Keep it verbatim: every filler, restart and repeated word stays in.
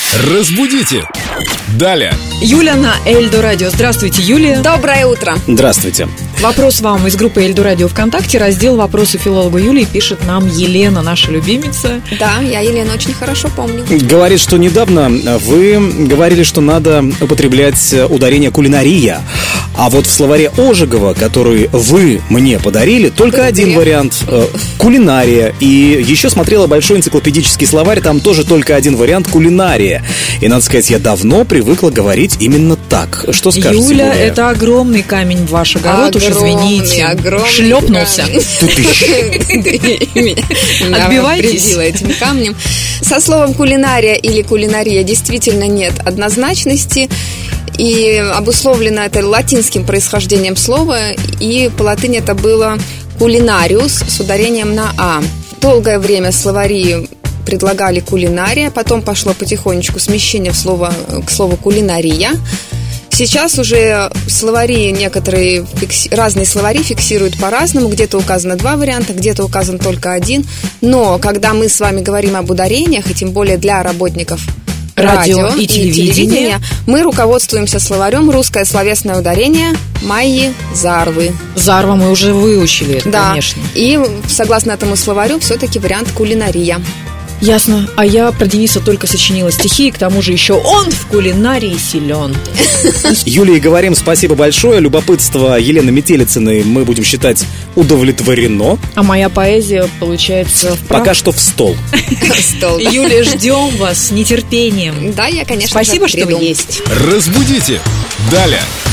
Разбудите! Далее. Юля на Эльдо Радио. Здравствуйте, Юлия. Доброе утро. Здравствуйте. Вопрос вам из группы Эльдо Радио ВКонтакте. Раздел «Вопросы филологу Юлии» пишет нам Елена, наша любимица. Да, я Елену очень хорошо помню. Говорит, что недавно вы говорили, что надо употреблять ударение «кулинария». А вот в словаре Ожегова, который вы мне подарили, только один вариант э, «кулинария». И еще смотрела большой энциклопедический словарь, там тоже только один вариант «кулинария». И, надо сказать, я давно привыкла говорить именно так. Что скажете, Юля, Юлия? это огромный камень в ваш огород, уж извините. Огромный Шлепнулся. Отбивайтесь этим камнем. Со словом «кулинария» или «кулинария» действительно нет однозначности. И обусловлено это латинским происхождением слова. И по латыни это было «кулинариус» с ударением на «а». Долгое время словари предлагали «кулинария», потом пошло потихонечку смещение в слово, к слову «кулинария». Сейчас уже словари некоторые, фикси... разные словари фиксируют по-разному. Где-то указано два варианта, где-то указан только один. Но когда мы с вами говорим об ударениях, и тем более для работников радио, радио и, и телевидения, телевидения, мы руководствуемся словарем «Русское словесное ударение» Майи Зарвы. Зарва мы уже выучили, это, да. Конечно. И согласно этому словарю все-таки вариант «кулинария». Ясно. А я про Дениса только сочинила стихи, и к тому же еще он в кулинарии силен. Юлии говорим спасибо большое. Любопытство Елены Метелицыной мы будем считать удовлетворено. А моя поэзия, получается, вправ... пока что в стол. Юлия, ждем вас с нетерпением. Да, я, конечно, спасибо, что вы есть. Разбудите! Далее.